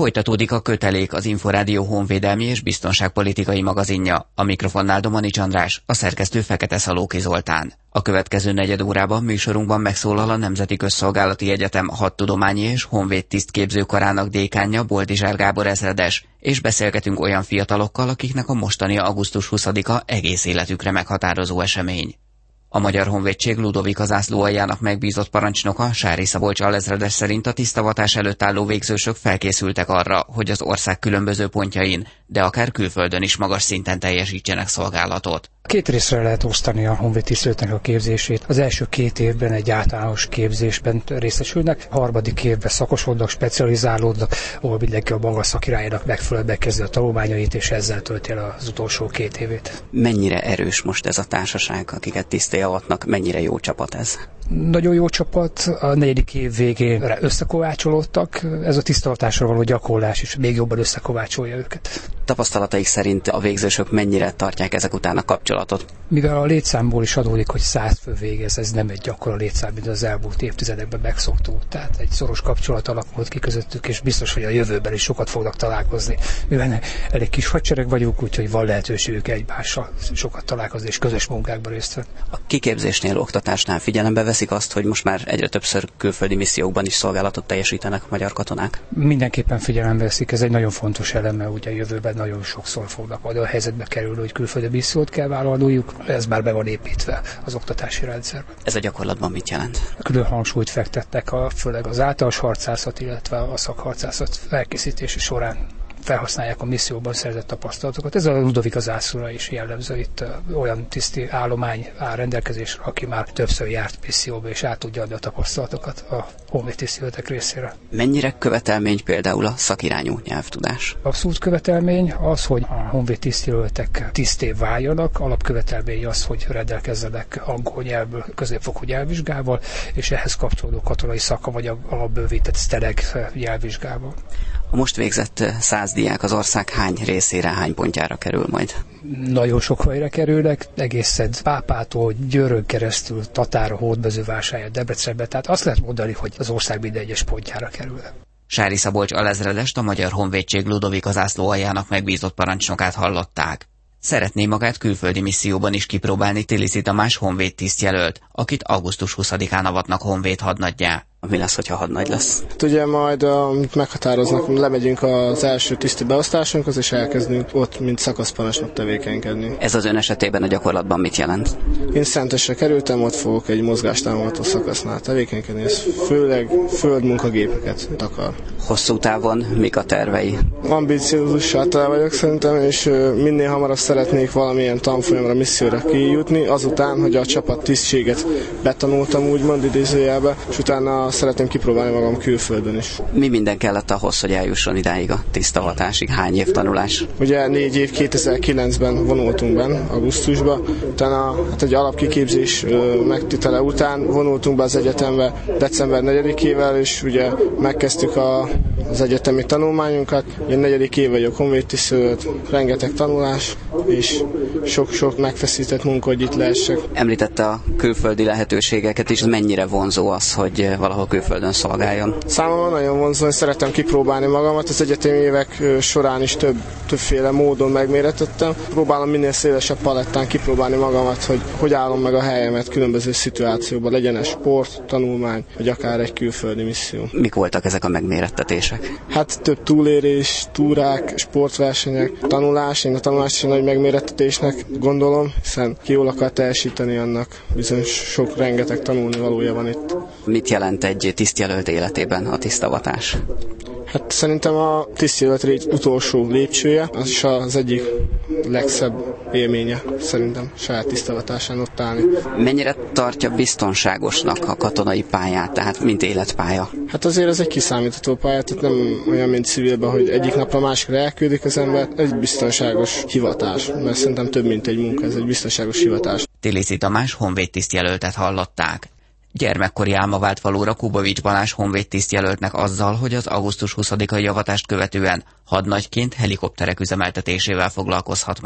Folytatódik a Kötelék, az Inforádió honvédelmi és biztonságpolitikai magazinja. A mikrofonnál Domanics András, a szerkesztő Fekete Szalóki Zoltán. A következő negyed órában műsorunkban megszólal a Nemzeti Közszolgálati Egyetem hadtudományi és honvéd tisztképzőkarának dékánja, Boldizsár Gábor ezredes, és beszélgetünk olyan fiatalokkal, akiknek a mostani augusztus 20-a egész életükre meghatározó esemény. A Magyar Honvédség Ludovika zászlóaljának megbízott parancsnoka, Sári Szabolcs alezredes szerint a tisztavatás előtt álló végzősök felkészültek arra, hogy az ország különböző pontjain, de akár külföldön is magas szinten teljesítsenek szolgálatot. Két részre lehet osztani a honvédtisztviselőknek a képzését. Az első 2 évben egy általános képzésben részesülnek, a harmadik évben szakosodnak, specializálódnak, ahol mindenki a maga szakirájának megfelelően kezdi a tanulmányait, és ezzel tölti el az utolsó 2 évét. Mennyire erős most ez a társaság, akiket tiszté avatnak, mennyire jó csapat ez? Nagyon jó csapat, a 4. év végén összekovácsolódtak, ez a tisztavatásra való gyakorlás is még jobban összekovácsolja őket. Tapasztalataik szerint a végzősök mennyire tartják ezek után a kapcsolatot? Mivel a létszámból is adódik, hogy 100 fő végez, ez nem egy akkora létszám, mint az elmúlt évtizedekben megszoktuk. Tehát egy szoros kapcsolat alakult ki közöttük, és biztos, hogy a jövőben is sokat fognak találkozni. Mivel elég kis hadsereg vagyunk, úgyhogy van lehetőségük egymással sokat találkozni és közös munkákban részt venni. A kiképzésnél, oktatásnál figyelembe veszik azt, hogy most már egyre többször külföldi missziókban is szolgálatot teljesítenek a magyar katonák? Mindenképpen figyelembe veszik, ez egy nagyon fontos eleme, ugye a jövőben nagyon sokszor fognak majd a helyzetbe kerülni, hogy külföldi missziót kell vállalniuk, ez már be van építve az oktatási rendszerben. Ez a gyakorlatban mit jelent? Külön hangsúlyt fektettek főleg az általános harcászat, illetve a szakharcászat felkészítése során felhasználják a misszióban szerzett tapasztalatokat. Ez a Ludovika zászlóra is jellemző, itt olyan tiszti állomány áll rendelkezésre, aki már többször járt misszióba, és át tudja adni a tapasztalatokat a honvéd tisztviselők részére. Mennyire követelmény például a szakirányú nyelvtudás? Abszolút követelmény az, hogy a honvéd tisztviselők tiszté váljanak, alapkövetelmény az, hogy rendelkezzenek angol nyelvből középfokú nyelvvizsgával, és ehhez kapcsolódó katonai szaka vagy a bővített STEREG nyelvvizsgával. A most végzett 100 diák az ország hány részére, hány pontjára kerül majd? Nagyon sok helyre kerülnek, egészen Pápától, Győrön keresztül, Tatára, Hódmezővásárhelyen, Debrecenbe, tehát azt lehet mondani, hogy az ország minden egyes pontjára kerülnek. Sári Szabolcs alezredest, a Magyar Honvédség Ludovika zászlóaljának megbízott parancsnokát hallották. Szeretné magát külföldi misszióban is kipróbálni Tilisi Tamás honvéd tisztjelölt, akit augusztus 20-án avatnak honvéd hadnaggyá. Mi lesz, hogyha hadnagy lesz? Hát ugye majd meghatároznak, lemegyünk az első tiszti beosztásunkhoz, és elkezdünk ott, mint szakaszparancsnok tevékenykedni. Ez az ön esetében a gyakorlatban mit jelent? Én Szentesre kerültem, ott fogok egy mozgástámogató szakasznál tevékenykedni, ez főleg földmunkagépeket takar. Hosszú távon mik a tervei? Ambiciózussá vagyok szerintem, és minél hamarabb szeretnék valamilyen tanfolyamra, misszióra kijutni, azután, hogy a csapat tisztséget betanultam, úgymond idézőjelbe, és utána szeretném kipróbálni magam külföldön is. Mi minden kellett ahhoz, hogy eljusson idáig a tisztavatásig? Hány év tanulás? Ugye 4 év 2009-ben vonultunk be, augusztusba, utána egy alapkiképzés megtitele után vonultunk be az egyetembe december 4-ével, és ugye megkezdtük az egyetemi tanulmányunkat. Ugye 4. év vagyok honvédtisztviselő, rengeteg tanulás, és sok-sok megfeszített munka, hogy itt lehessek. Említette a külföldi lehetőségeket is, mennyire vonzó az, hogy valahol külföldön szolgáljon? Számomra nagyon vonzó, hogy szeretem kipróbálni magamat. Az egyetemi évek során is többféle módon megmérettettem. Próbálom minél szélesebb palettán kipróbálni magamat, hogy állom meg a helyemet különböző szituációban, legyen ez sport, tanulmány, vagy akár egy külföldi misszió. Mik voltak ezek a megmérettetések? Hát több túlérés, túrák, sportversenyek, tanulás. Én a tanulást is egy nagy megmérettetésnek gondolom, hiszen ki jól akar teljesíteni, annak bizony rengeteg tanulni valója van itt. Mit jelent egy tisztjelölt életében a tisztavatás? Hát szerintem a tisztjelölt utolsó lépcsője, az is az egyik legszebb élménye szerintem saját tisztavatásán ott állni. Mennyire tartja biztonságosnak a katonai pályát, tehát mint életpálya? Hát azért ez egy kiszámítható pálya, tehát nem olyan, mint civilben, hogy egyik napra másikra elküldik az ember. Egy biztonságos hivatás, mert szerintem több, mint egy munka, ez egy biztonságos hivatás. Tilisi Tamás honvéd tisztjelöltet hallották. Gyermekkori álma vált valóra Kubovics Balázs honvéd tisztjelöltnek azzal, hogy az augusztus 20-ai avatást követően hadnagyként helikopterek üzemeltetésével foglalkozhat majd.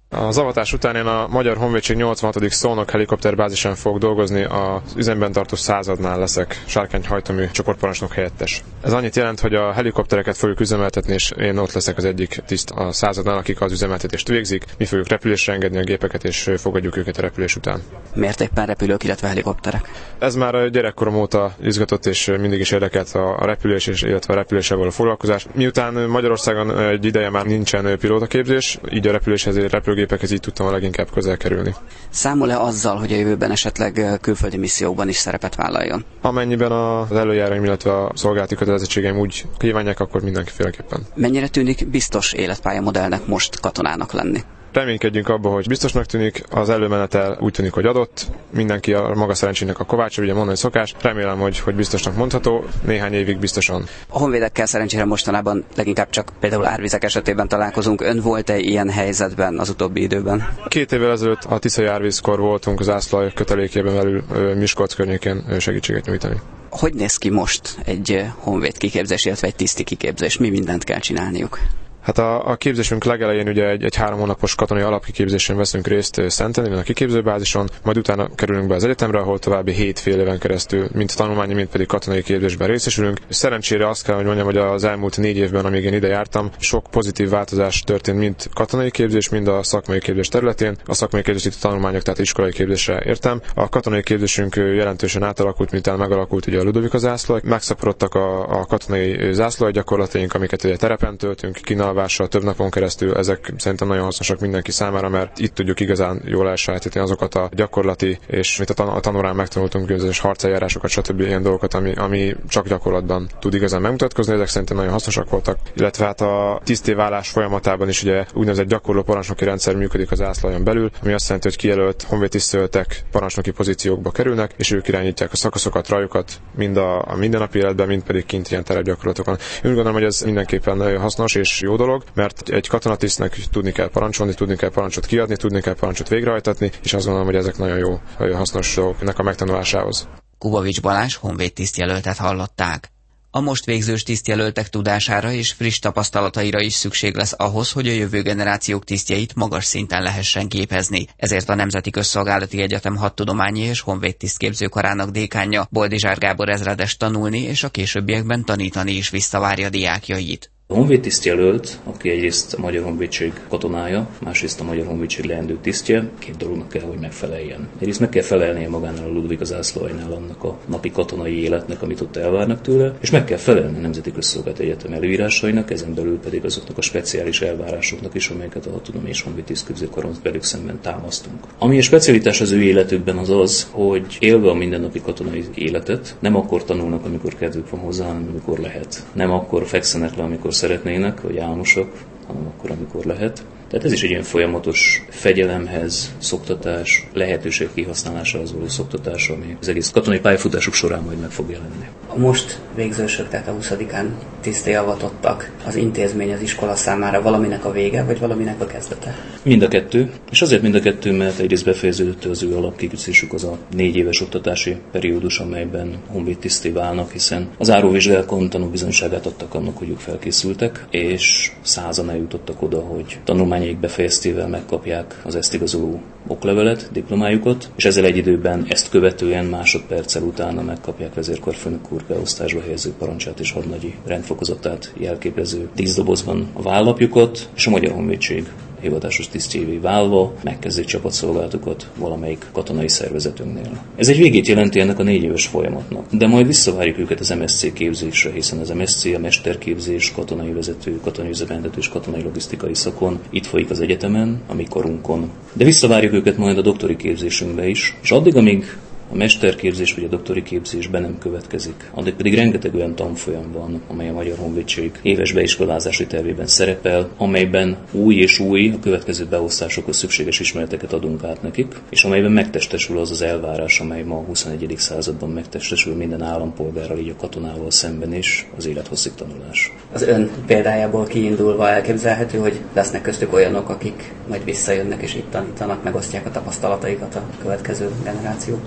Az avatás után én a Magyar Honvédség 86. Szolnok helikopterbázisán fogok dolgozni, az üzemben tartó századnál leszek sárkányhajtómű csoportparancsnok helyettes. Ez annyit jelent, hogy a helikoptereket fogjuk üzemeltetni, és én ott leszek az egyik tiszt a századnál, akik az üzemeltetést végzik. Mi fogjuk repülésre engedni a gépeket, és fogadjuk őket a repülés után. Miért éppen repülők, illetve helikopterek? Ez már gyerekkorom óta izgatott, és mindig is érdekelt a repülés, illetve a repüléssel való foglalkozás. Miután Magyarországon egy ideje már nincsen pilótaképzés, így a repüléshez, repülőgépekhez így tudtam a leginkább közel kerülni. Számol-e azzal, hogy a jövőben esetleg külföldi missziókban is szerepet vállaljon? Amennyiben az előjáraim, illetve a szolgálati kötelezettségeim úgy kívánják, akkor mindenféleképpen. Mennyire tűnik biztos életpályamodellnek most katonának lenni? Reménykedjünk abba, hogy biztosnak tűnik, az előmenetel úgy tűnik, hogy adott, mindenki a maga szerencsének a kovácsa, ugye mondani szokás. Remélem, hogy biztosnak mondható, néhány évig biztosan. A honvédekkel szerencsére mostanában leginkább csak például árvizek esetében találkozunk. Ön volt-e ilyen helyzetben az utóbbi időben? 2 évvel ezelőtt a Tiszai árvízkor voltunk az Zászlaj kötelékében belül Miskolc környékén segítséget nyújtani. Hogy néz ki most egy honvéd kiképzés, illetve egy tiszti kiképzés? Mi mindent kell csinálniuk? Hát a képzésünk legelején ugye egy 3 hónapos katonai alapkiképzésen veszünk részt Szentendrén a kiképzőbázison, majd utána kerülünk be az egyetemre, ahol további 7 fél éven keresztül mind tanulmányi, mind pedig katonai képzésben részesülünk. Szerencsére azt kell, hogy mondjam, hogy az elmúlt 4 évben, amíg én ide jártam, sok pozitív változás történt mind katonai képzés, mind a szakmai képzés területén. A szakmai képzés itt a tanulmányok, tehát iskolai képzésre értem. A katonai képzésünk jelentősen átalakult, miután megalakult ugye a Ludovika zászló. Megszaporodtak a katonai zászló gyakorlataink, amiket ugye terepen töltünk, kínálvással több napon keresztül. Ezek szerintem nagyon hasznosak mindenki számára, mert itt tudjuk igazán jól elsajátítani azokat a gyakorlati és mit a tanórán megtanultunk bizonyos harceljárásokat, stb. Ilyen dolgokat, ami csak gyakorlatban tud igazán megmutatkozni. Ezek szerintem nagyon hasznosak voltak. Illetve hát a tisztéválás folyamatában is ugye úgynevezett gyakorló parancsnoki rendszer működik az zászlajon belül, ami azt jelenti, hogy kijelölt honvédtisztviselők parancsnoki pozíciókba kerülnek, és ők irányítják a szakaszokat, rajokat, mind a mindennapi életben, mind pedig kint ilyen terepgyakorlatokon. Én úgy gondolom, hogy ez mindenképpen nagyon hasznos és jó dolog, mert egy katonatisztnek tudni kell parancsolni, tudni kell parancsot kiadni, tudni kell parancsot végrehajtatni, és azt gondolom, hogy ezek nagyon jó, nagyon hasznos dolgok ennek a megtanulásához. Kubovics Balázs honvéd tisztjelöltet hallották. A most végzős tisztjelöltek tudására és friss tapasztalataira is szükség lesz ahhoz, hogy a jövő generációk tisztjeit magas szinten lehessen képezni. Ezért a Nemzeti Közszolgálati Egyetem hadtudományi és honvéd tisztképzőkarának dékánja Boldizsár Gábor ezredes tanulni és a későbbiekben tanítani is visszavárja diákjait. A honvédtisztjelölt, aki egyrészt a Magyar Honvédség katonája, másrészt a Magyar Honvédség leendő tisztje, 2 dolognak kell, hogy megfeleljen. Egyrészt meg kell felelnie magánál a Ludovika zászlóalnál annak a napi katonai életnek, amit ott elvárnak tőle, és meg kell felelni a Nemzeti Közszolgálati Egyetem előírásainak, ezen belül pedig azoknak a speciális elvárásoknak is, amelyeket a hadtudományi és honvéd tisztképzőkaron velük szemben támasztunk. Ami a specialitás az ő életükben az, hogy élve a mindennapi katonai életet, nem akkor tanulnak, amikor kedvük van hozzá, hanem amikor lehet. Nem akkor fekszenek le, amikor szeretnének, vagy álmosak, hanem akkor, amikor lehet. Tehát ez is egy ilyen folyamatos fegyelemhez, szoktatás, lehetőség kihasználásához való szoktatás, ami az egész katonai pályafutásuk során majd meg fog jelenni. A most végzősök, tehát a 20-án tiszté avatottak, az intézmény az iskola számára valaminek a vége, vagy valaminek a kezdete? Mind a kettő, és azért mind a kettő, mert egyrészt befejeződött az ő alapkiképzésük, az a 4 éves oktatási periódus, amelyben honvédtiszté válnak, hiszen az záróvizsgákon tanúbizonyságát adtak annak, hogy ők felkészültek, és 100-an eljutottak oda, hogy tanulmányaik befejeztével megkapják az ezt igazoló oklevelet, diplomájukat, és ezzel egy időben ezt követően másodperccel utána megkapják vezérkarfőnök úr beosztásba helyező parancsát és hadnagyi rendfokozatát jelképező 10 dobozban a vállapjukat, és a Magyar Honvédség hivatásos tisztjévé válva megkezdik csapatszolgálatukat valamelyik katonai szervezetünknél. Ez egy végét jelenti ennek a 4 éves folyamatnak, de majd visszavárjuk őket az MSC képzésre, hiszen az MSC a mesterképzés, katonai vezető, katonai üzemeltető és katonai logisztikai szakon itt folyik az egyetemen, a mi korunkon. De visszavárjuk őket majd a doktori képzésünkbe is, és addig, amíg a mesterképzés vagy a doktori képzés be nem következik, addig pedig rengeteg olyan tanfolyam van, amely a Magyar Honvédség éves beiskolázási tervében szerepel, amelyben új és új a következő beosztásokhoz szükséges ismereteket adunk át nekik, és amelyben megtestesül az az elvárás, amely ma a 21. században megtestesül minden állampolgárral, így a katonával szemben is, az élethosszig tanulás. Az ön példájából kiindulva elképzelhető, hogy lesznek köztük olyanok, akik majd visszajönnek és itt tanítanak, megosztják a tapasztalataikat a következő generációkkal?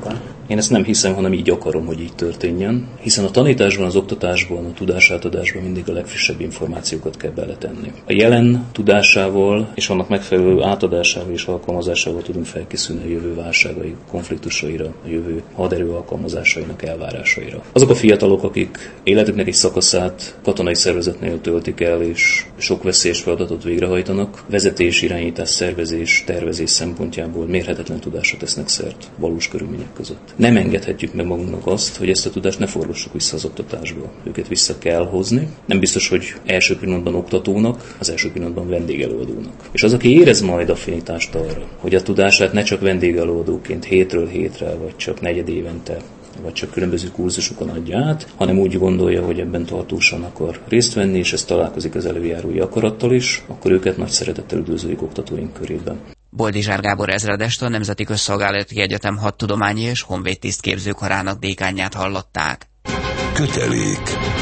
Én ezt nem hiszem, hanem így akarom, hogy így történjen, hiszen a tanításban, az oktatásban, a tudásátadásban mindig a legfrissebb információkat kell beletenni. A jelen tudásával és annak megfelelő átadásával és alkalmazásával tudunk felkészülni a jövő válságai, konfliktusaira, a jövő haderő alkalmazásainak elvárásaira. Azok a fiatalok, akik életüknek egy szakaszát katonai szervezetnél töltik el, és sok veszélyes feladatot végrehajtanak, vezetés, irányítás, szervezés, tervezés szempontjából mérhetetlen tudásra tesznek szert valós körülmények között. Nem engedhetjük meg magunknak azt, hogy ezt a tudást ne forgassuk vissza az oktatásba. Őket vissza kell hozni. Nem biztos, hogy első pillanatban oktatónak, az első pillanatban vendégelőadónak. És az, aki érez majd affinitást arra, hogy a tudását ne csak vendégelőadóként hétről hétre, vagy csak negyedévente, vagy csak különböző kurzusokon adja át, hanem úgy gondolja, hogy ebben tartósan akar részt venni, és ez találkozik az előjárói akarattal is, akkor őket nagy szeretettel üdvözöljük oktatóink körében. Boldizsár Gábor ezredest, a Nemzeti Közszolgálati Egyetem hadtudományi és honvédtisztképző karának dékánját hallották. Kötelék.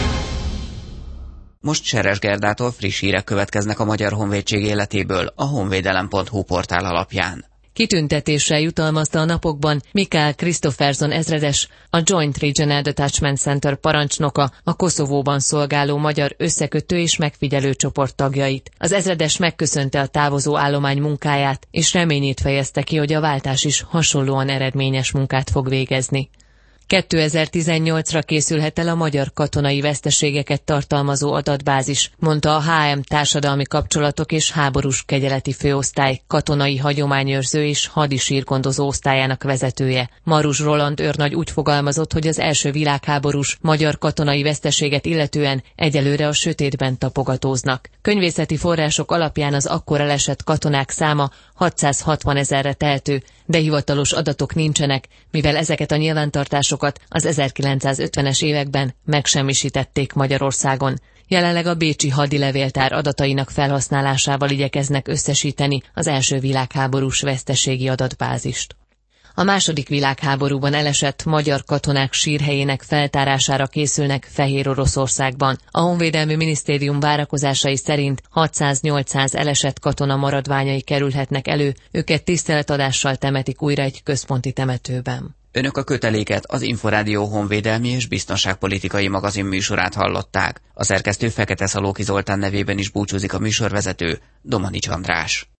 Most Seres Gerdától friss hírek következnek a Magyar Honvédség életéből a honvédelem.hu portál alapján. Kitüntetésre jutalmazta a napokban Mikael Christopherson ezredes, a Joint Regional Detachment Center parancsnoka, a Koszovóban szolgáló magyar összekötő és megfigyelő csoport tagjait. Az ezredes megköszönte a távozó állomány munkáját, és reményét fejezte ki, hogy a váltás is hasonlóan eredményes munkát fog végezni. 2018-ra készülhet el a magyar katonai veszteségeket tartalmazó adatbázis, mondta a HM Társadalmi Kapcsolatok és Háborús Kegyeleti Főosztály katonai hagyományőrző és hadisírgondozó osztályának vezetője. Marus Roland őrnagy úgy fogalmazott, hogy az első világháborús magyar katonai veszteséget illetően egyelőre a sötétben tapogatóznak. Könyvészeti források alapján az akkor elesett katonák száma 660 000-re tehető, de hivatalos adatok nincsenek, mivel ezeket a nyilvántartásokat az 1950-es években megsemmisítették Magyarországon. Jelenleg a bécsi hadilevéltár adatainak felhasználásával igyekeznek összesíteni az első világháborús veszteségi adatbázist. A második világháborúban elesett magyar katonák sírhelyének feltárására készülnek Fehér Oroszországban. A Honvédelmi Minisztérium várakozásai szerint 600-800 elesett katona maradványai kerülhetnek elő, őket tiszteletadással temetik újra egy központi temetőben. Önök a Köteléket, az Inforádió honvédelmi és biztonságpolitikai magazin műsorát hallották. A szerkesztő Fekete Szalóki Zoltán nevében is búcsúzik a műsorvezető, Domanics András.